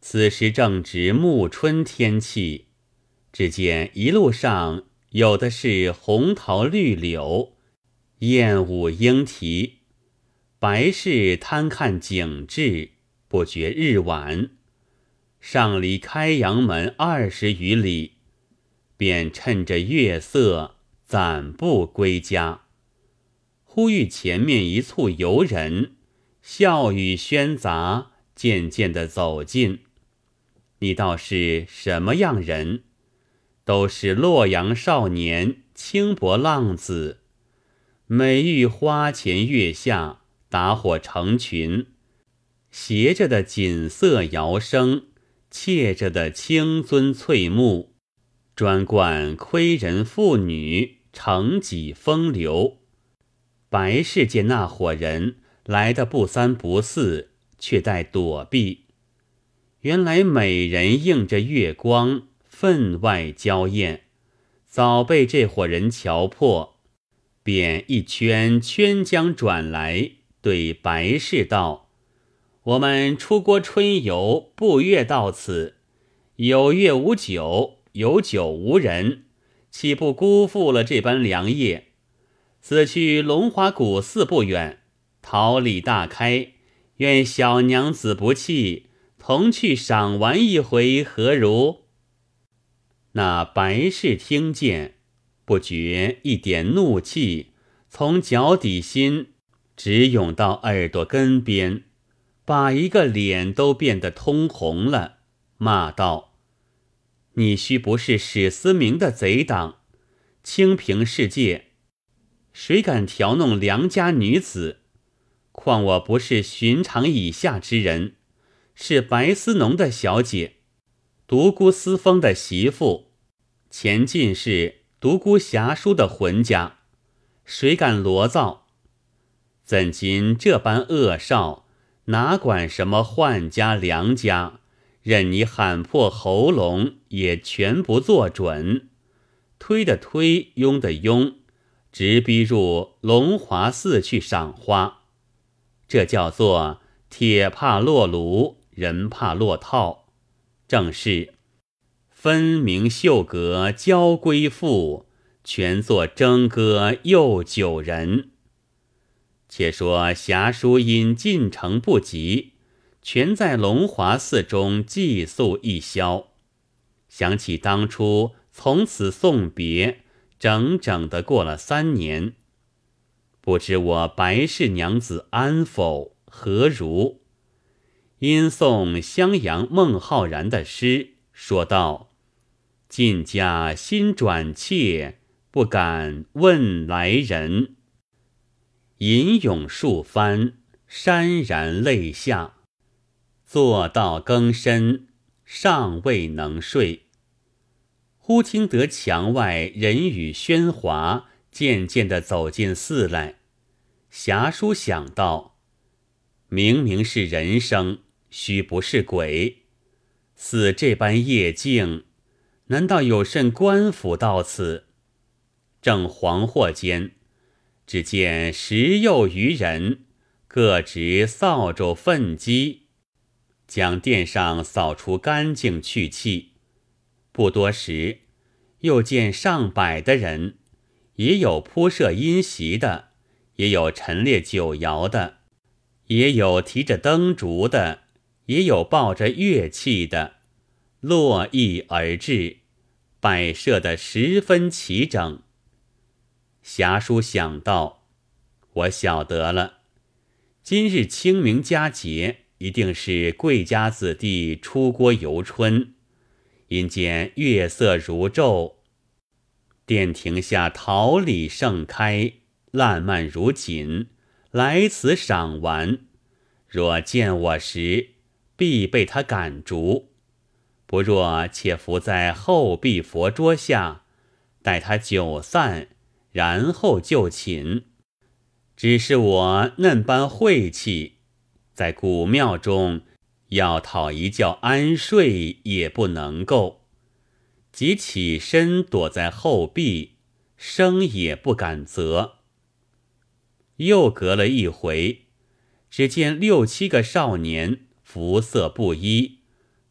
此时正值暮春天气，只见一路上有的是红桃绿柳，燕舞莺啼，白氏贪看景致，不觉日晚。上离开阳门20余里，便趁着月色暂步归家。忽遇前面一簇游人，笑语喧杂，渐渐地走近。你道是什么样人？都是洛阳少年，轻薄浪子，每遇花前月下，打伙成群，携着的锦瑟摇声，切着的青尊翠目，专惯窥人妇女，乘己风流。白氏见那伙人来得不三不四，却待躲避。原来美人映着月光，分外娇艳，早被这伙人瞧破，便一圈圈将转来，对白氏道：我们出国春游，步月到此，有月无酒，有酒无人，岂不辜负了这般良夜？此去龙华古寺不远，桃李大开，愿小娘子不弃，同去赏玩一回，何如？那白氏听见，不觉一点怒气从脚底心直涌到耳朵根边，把一个脸都变得通红了，骂道：你须不是史思明的贼党，清平世界，谁敢调弄良家女子？况我不是寻常以下之人，是白丝农的小姐，独孤司风的媳妇，前进是独孤侠书的浑家，谁敢罗造？怎今这般恶少，哪管什么宦家良家，任你喊破喉咙也全不做准，推的推，拥的拥，直逼入龙华寺去赏花。这叫做铁怕落炉，人怕落套，正是分明秀阁娇归妇，全作征歌又酒人。且说侠书因进城不及，全在龙华寺中寄宿一宵。想起当初从此送别，整整的过了3年。不知我白氏娘子安否，何如？因诵襄阳孟浩然的诗，说道：进家心转切，不敢问来人。吟咏数番，潸然泪下。坐到更深，尚未能睡。忽听得墙外人语喧哗，渐渐地走进寺来。侠书想到，明明是人声，须不是鬼。似这般夜静，难道有甚官府到此？正惶惑间，只见10又余人，各执扫帚粪箕，将殿上扫除干净去气。不多时，又见上百的人，也有铺设阴席的，也有陈列酒肴的，也有提着灯烛的，也有抱着乐器的，络绎而至，摆设得十分齐整。侠书想到，我晓得了，今日清明佳节，一定是贵家子弟出郭游春。因见月色如昼，殿庭下桃李盛开，烂漫如锦，来此赏玩。若见我时，必被他赶逐。不若且伏在后壁佛桌下，待他酒散，然后就寝。只是我嫩般晦气，在古庙中要讨一觉安睡也不能够，即起身躲在后壁，声也不敢啧。又隔了一回，只见6、7个少年，肤色不一，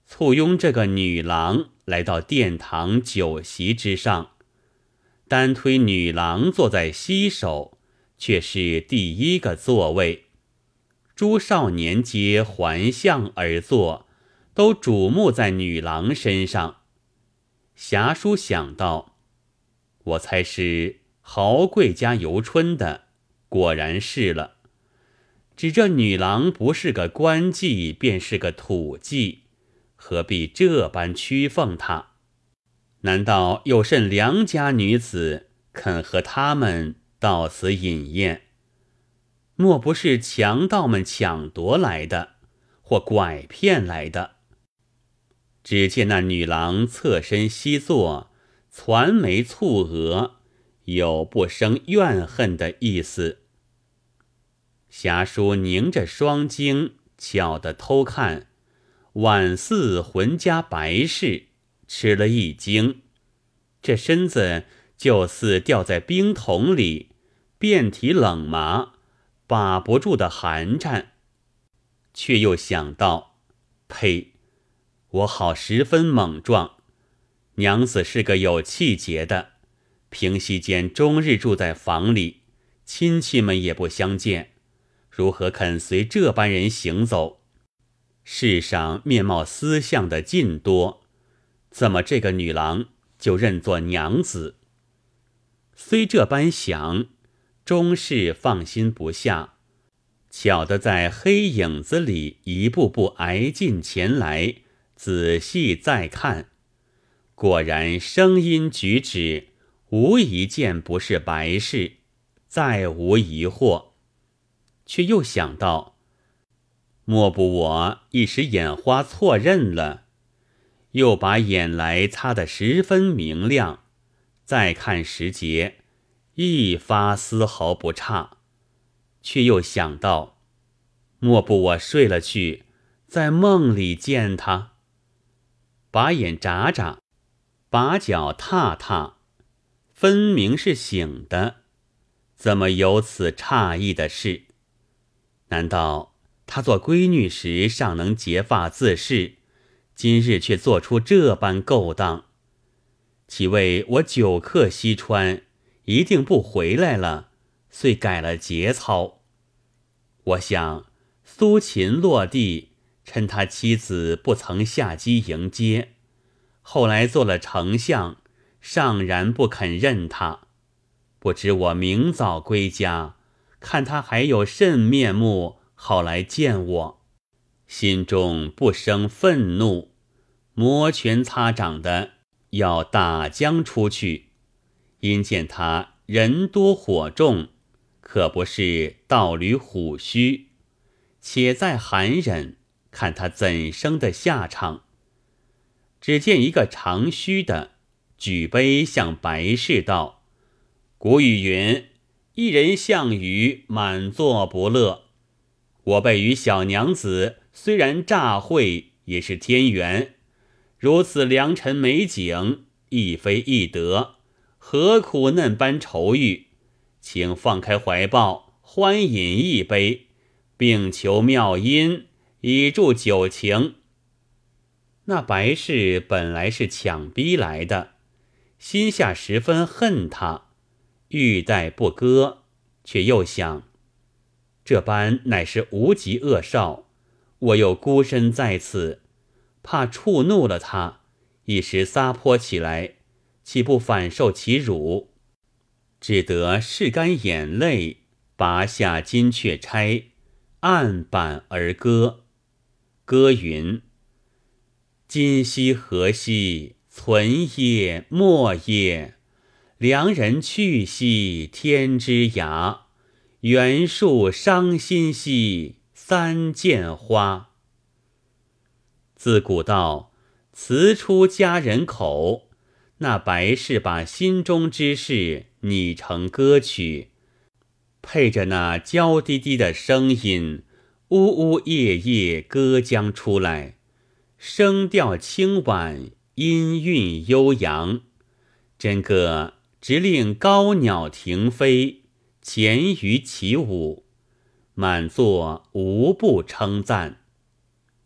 簇拥这个女郎来到殿堂酒席之上，单推女郎坐在西首，却是第一个座位。诸少年皆环向而坐，都瞩目在女郎身上。侠叔想到，我猜是豪贵家游春的，果然是了。只这女郎不是个官妓，便是个土妓，何必这般屈奉她？难道有甚良家女子肯和他们到此饮宴？莫不是强盗们抢夺来的，或拐骗来的？只见那女郎侧身西坐，攒眉蹙额，有不生怨恨的意思。侠叔凝着双睛，悄地偷看，宛似浑家白事，吃了一惊。这身子就似掉在冰桶里，遍体冷麻，把不住的寒颤。却又想到，呸！我好十分莽撞。娘子是个有气节的，平息间终日住在房里，亲戚们也不相见，如何肯随这般人行走？世上面貌思相的尽多，怎么这个女郎就认作娘子？虽这般想，终是放心不下，巧得在黑影子里一步步挨近前来，仔细再看，果然声音举止无一件不是白事，再无疑惑。却又想到，莫不我一时眼花错认了，又把眼来擦得十分明亮，再看时节，一发丝毫不差。却又想到，莫不我睡了去，在梦里见他？把眼眨眨，把脚踏踏，分明是醒的，怎么有此诧异的事？难道她做闺女时尚能结发自适，今日却做出这般勾当？岂为我久客西川，一定不回来了，遂改了节操？我想苏秦落地，趁他妻子不曾下机迎接，后来做了丞相，尚然不肯认他。不知我明早归家，看他还有甚面目好来见我，心中不生愤怒，摩拳擦掌的要打将出去。因见他人多火重，可不是道履虎须，且在寒忍，看他怎生的下场。只见一个长须的举杯向白氏道：古语云，一人项羽，满座不乐。我辈与小娘子虽然乍会，也是天缘，如此良辰美景，亦非易得，何苦嫩般愁郁？请放开怀抱，欢饮一杯，并求妙音，以助酒情。那白氏本来是强逼来的，心下十分恨他，欲待不割，却又想，这般乃是无极恶少，我又孤身在此，怕触怒了他，一时撒泼起来，岂不反受其辱？只得拭干眼泪，拔下金雀钗，按板而歌。歌云：今夕何夕，存也没也，良人去兮天之涯，原树伤心兮三溅花。自古道词出佳人口，那白氏把心中之事拟成歌曲，配着那娇滴滴的声音，呜呜咽咽歌将出来，声调清婉，音韵悠扬，真个直令高鸟停飞，潜鱼起舞，满座无不称赞。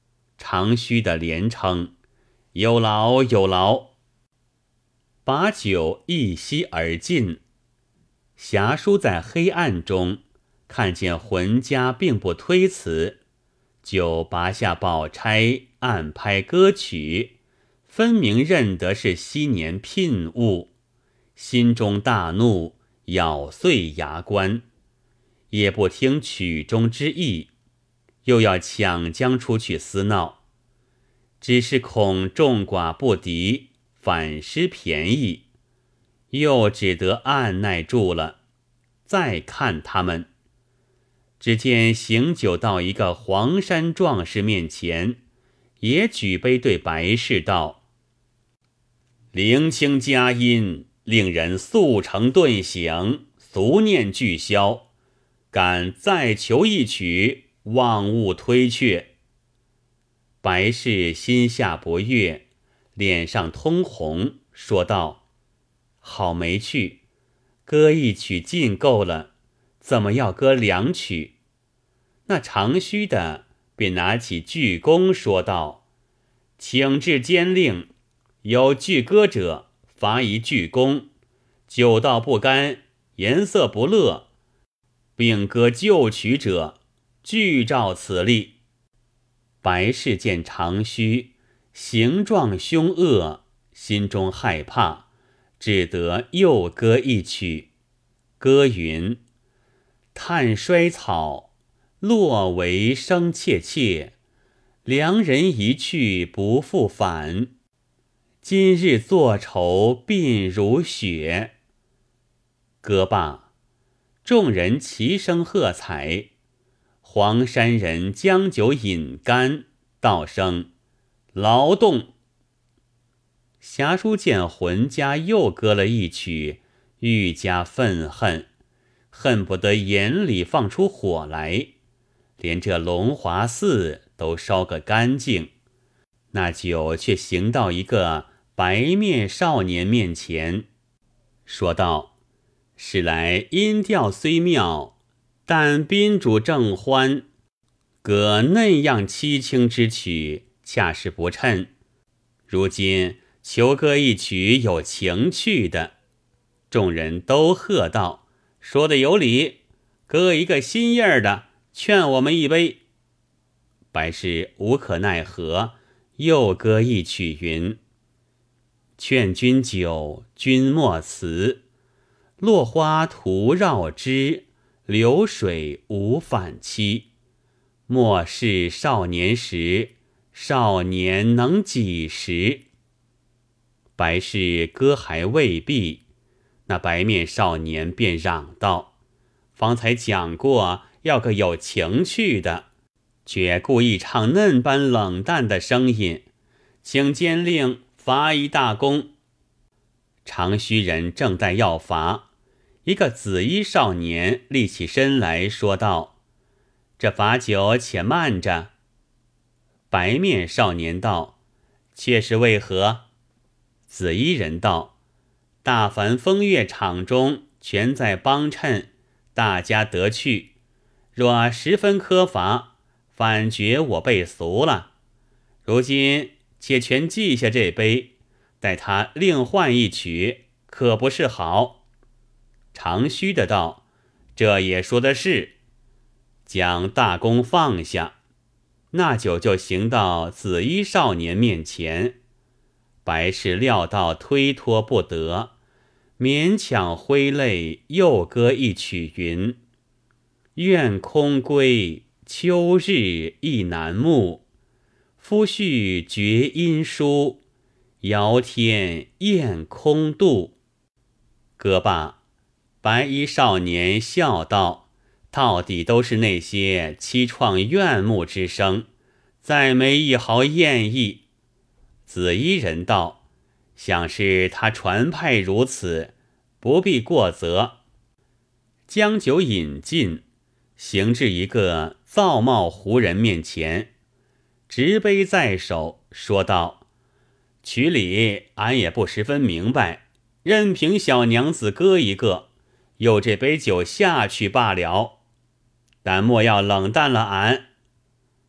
长须的连称：“有劳有劳。”把酒一吸而尽。侠书在黑暗中看见浑家并不推辞，就拔下宝钗，暗拍歌曲，分明认得是昔年聘物，心中大怒，咬碎牙关，也不听曲中之意，又要抢将出去厮闹，只是恐众寡不敌，反失便宜，又只得按耐住了。再看他们，只见行酒到一个黄山壮士面前，也举杯对白氏道：“灵清佳音，令人速成顿醒，俗念俱消，敢再求一曲，望勿推却。”白氏心下不悦，脸上通红，说道：“好没趣，歌一曲尽够了，怎么要歌2曲？”那长须的便拿起巨弓说道：“请至监令，有拒歌者，罚1巨弓；酒道不干，颜色不乐，并歌旧曲者，俱照此例。”白氏见长须形状凶恶，心中害怕，只得又歌一曲。歌云：“叹衰草，落为声切切，良人一去不复返。今日作愁鬓如雪。”歌罢，众人齐声喝彩。黄山人将酒饮干，道声：“劳动。”侠书见浑家又歌了一曲，愈加愤恨，恨不得眼里放出火来，连这龙华寺都烧个干净。那酒却行到一个白面少年面前，说道：“使来音调虽妙，但宾主正欢，歌那样凄清之曲，恰是不称。如今求歌一曲有情趣的。”众人都喝道：“说的有理，歌一个新样的，劝我们一杯。”白氏无可奈何，又歌一曲云：“劝君酒，君莫辞，落花徒绕枝，流水无返期。莫是少年时，少年能几时？”白氏歌还未毕，那白面少年便嚷道：“方才讲过要个有情趣的，却故意唱嫩般冷淡的声音，请监令罚1大弓。”长须人正待要罚，一个紫衣少年立起身来说道：“这罚酒且慢着。”白面少年道：“却是为何？”紫衣人道：“大凡风月场中，全在帮衬，大家得去。若十分苛罚，反觉我被俗了。如今且全记下这杯，待他另换一曲，可不是好。”长须的道：“这也说的是。”将大弓放下，那酒就行到紫衣少年面前。白氏料到推脱不得，勉强挥泪，又歌一曲云：“愿空归，秋日意难慕。夫婿绝音书，遥天雁空渡。”歌罢，白衣少年笑道：“到底都是那些凄怆怨慕之声，再没一毫艳意。”紫衣人道：“想是他传派如此，不必过责。”将酒饮尽，行至一个造帽胡人面前，执杯在手，说道：“曲理俺也不十分明白，任凭小娘子歌一个，有这杯酒下去罢了，但莫要冷淡了俺。”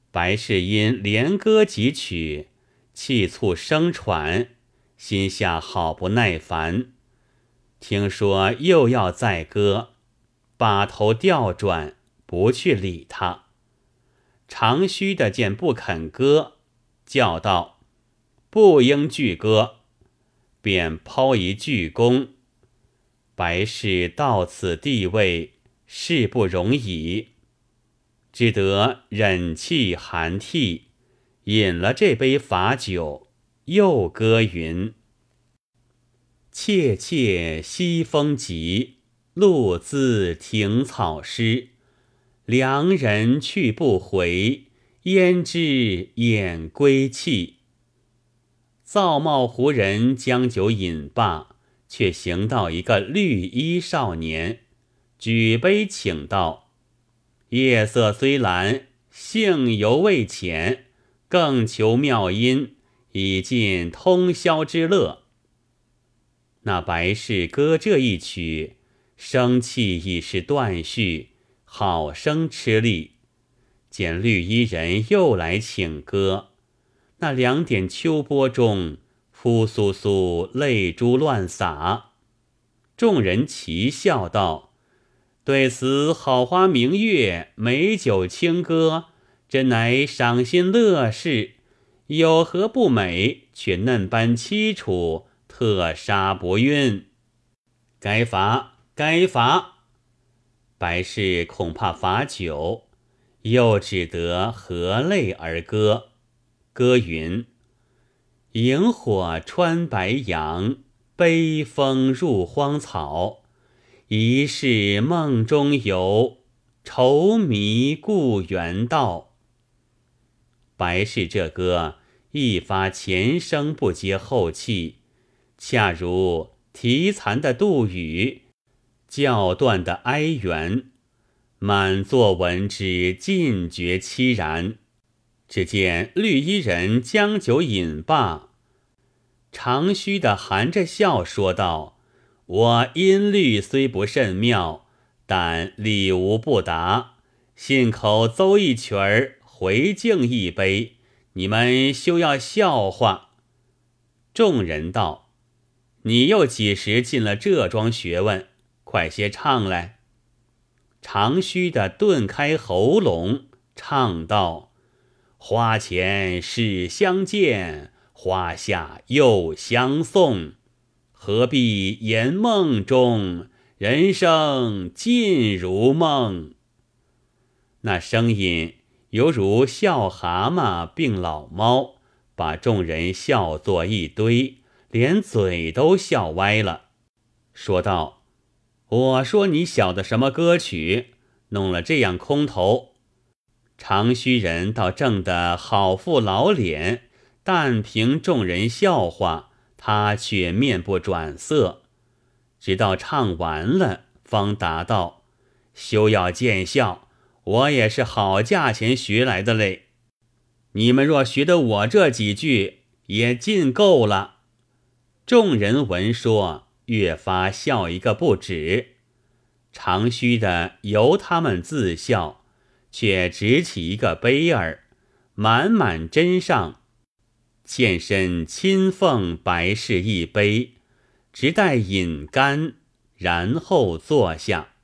白氏因连歌几曲，气促声喘，心下好不耐烦。听说又要再歌，把头调转，不去理他。长须的见不肯歌，叫道：“不应拒歌！”便抛一鞠躬。白氏到此地位，事不容矣，只得忍气含涕，饮了这杯罚酒，又歌云：“切切西风急，路自停草湿。良人去不回，焉知眼归气。”造帽胡人将酒饮罢，却行到一个绿衣少年，举杯请道：“夜色虽蓝，兴犹未浅，更求妙音，以尽通宵之乐。”那白氏歌这一曲，声气已是断续，好生吃力。见绿衣人又来请歌，那2点秋波中，扑簌簌泪珠乱洒。众人齐笑道：“对此好花明月，美酒清歌，真乃赏心乐事。有何不美？却嫩般凄楚，特杀不晕。该罚，该罚！”白氏恐怕罚酒，又只得合泪而歌。歌云：“萤火穿白杨，悲风入荒草。疑是梦中游，愁迷故园道。”白氏这歌一发前声不接后气，恰如啼残的杜宇，叫断的哀猿，满座闻之，尽觉凄然。只见绿衣人将酒饮罢，长须的含着笑说道：“我音律虽不甚妙，但礼无不达，信口奏一曲儿，回敬一杯，你们休要笑话。”众人道：“你又几时进了这桩学问？快些唱来。”长须的顿开喉咙，唱道：“花前始相见，花下又相送。何必言梦中，人生尽如梦。”那声音犹如笑蛤蟆并老猫，把众人笑作一堆，连嘴都笑歪了。说道：“我说你晓得什么歌曲，弄了这样空头。”长须人倒正得好副老脸，但凭众人笑话，他却面不转色。直到唱完了，方答道：“休要见笑，我也是好价钱学来的嘞。你们若学得我这几句，也尽够了。”众人闻说，越发笑一个不止。长须的由他们自笑，却执起一个杯儿，满满斟上，欠身亲奉白氏一杯，直待饮干，然后坐下。